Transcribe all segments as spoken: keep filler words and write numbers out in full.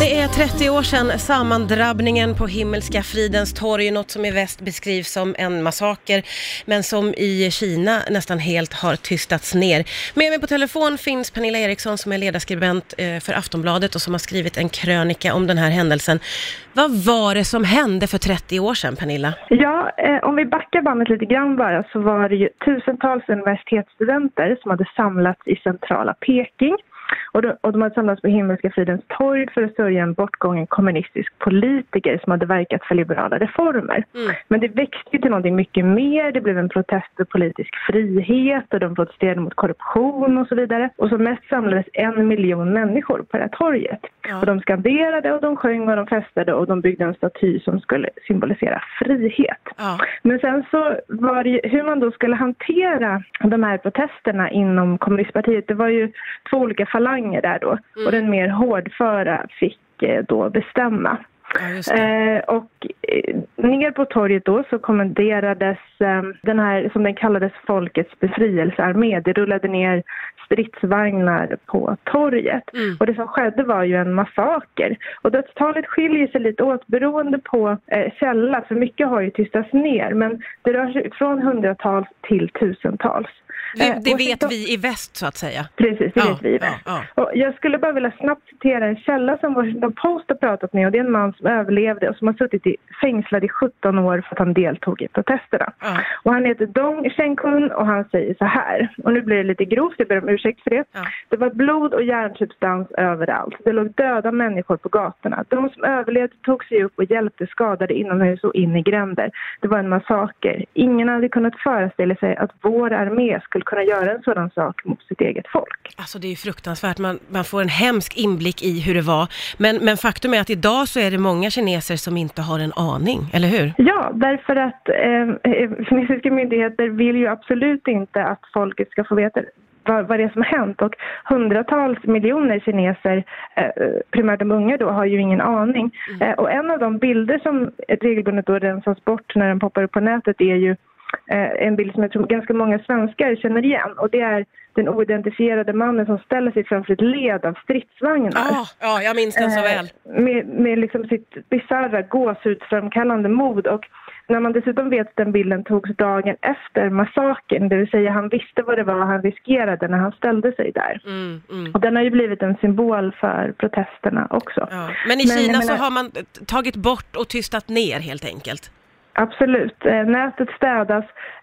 Det är trettio år sedan sammandrabbningen på Himmelska fridens torg, något som i väst beskrivs som en massaker, men som i Kina nästan helt har tystats ner. Med mig på telefon finns Pernilla Eriksson som är ledarskribent för Aftonbladet och som har skrivit en krönika om den här händelsen. Vad var det som hände för trettio år sedan, Pernilla? Ja, eh, om vi backar bandet lite grann bara, så var det ju tusentals universitetsstudenter som hade samlats i centrala Peking. Och, då, och de hade samlats på Himmelska fridens torg för att sörja en bortgången kommunistisk politiker som hade verkat för liberala reformer. Mm. Men det växte till någonting mycket mer. Det blev en protest för politisk frihet och de protesterade mot korruption och så vidare. Och som mest samlades en miljon människor på det här torget. Ja. Och de skanderade och de sjöng och de festade och de byggde en staty som skulle symbolisera frihet. Ja. Men sen så var det ju, hur man då skulle hantera de här protesterna inom kommunistpartiet, det var ju två olika falanger där då. Mm. Och den mer hårdföra fick eh, då bestämma. Ja, eh, och eh, ner på torget då så kommenderades eh, den här, som den kallades, folkets befrielsearmé. Det rullade ner stridsvagnar på torget. Mm. Och det som skedde var ju en massaker. Och dödstalet skiljer sig lite åt beroende på eh, källa, för mycket har ju tystats ner. Men det rör sig från hundratals till tusentals. Det, det vet så, vi i väst, så att säga. Precis, det ja, vet vi i väst. Ja, ja. Och jag skulle bara vilja snabbt citera en källa som Washington Post har pratat med. Och det är en man som överlevde och som har suttit i, fängslad i sjutton år för att han deltog i protesterna. Ja. Och han heter Dong Shenkun och han säger så här. Och nu blir det lite grovt, jag ber om ursäkt för det. Ja. Det var blod och järnsubstans överallt. Det låg döda människor på gatorna. De som överlevde tog sig upp och hjälpte skadade inomhus och in i gränder. Det var en massaker. Ingen hade kunnat föreställa sig att vår armé skulle kunna göra en sådan sak mot sitt eget folk. Alltså det är ju fruktansvärt. Man, man får en hemsk inblick i hur det var. Men, men faktum är att idag så är det många kineser som inte har en aning, eller hur? Ja, därför att eh, kinesiska myndigheter vill ju absolut inte att folket ska få veta vad, vad det är som har hänt. Och hundratals miljoner kineser, eh, primärt de unga då, har ju ingen aning. Mm. Eh, och en av de bilder som regelbundet då rensas bort när den poppar upp på nätet är ju en bild som jag tror ganska många svenskar känner igen. Och det är den oidentifierade mannen som ställer sig framför ett led av stridsvagnar. Ja, ja, jag minns den så väl. Eh, med med liksom sitt bizarra gåshudframkallande mod. Och när man dessutom vet att den bilden togs dagen efter massakern, det vill säga han visste vad det var han riskerade när han ställde sig där. Mm, mm. Och den har ju blivit en symbol för protesterna också. Ja. Men i Men, Kina menar, så har man tagit bort och tystat ner helt enkelt. Absolut. Nätet städas.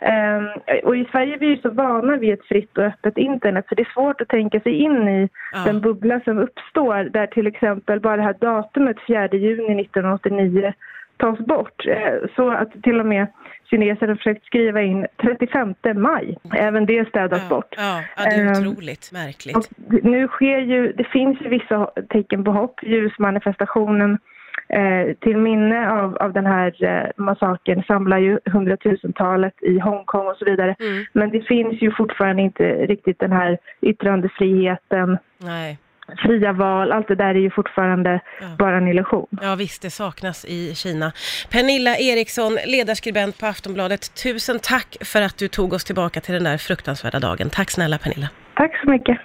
Och i Sverige är vi ju så vana vid ett fritt och öppet internet, så det är svårt att tänka sig in i ja. den bubbla som uppstår där till exempel bara det här datumet fjärde juni nittonhundraåttionio tas bort. Så att till och med kineser har försökt skriva in trettiofemte maj. Även det städas ja. bort. Ja. ja, det är otroligt um, märkligt. Och nu sker ju, det finns ju vissa tecken på hopp. Ljusmanifestationen Eh, till minne av, av den här eh, massakern samlar ju hundratusentalet i Hongkong och så vidare. Mm. Men det finns ju fortfarande inte riktigt den här yttrandefriheten. Nej. Fria val, allt det där är ju fortfarande ja. bara en illusion. Ja visst, det saknas i Kina. Pernilla Eriksson, ledarskribent på Aftonbladet. Tusen tack för att du tog oss tillbaka till den där fruktansvärda dagen. Tack snälla Pernilla. Tack så mycket.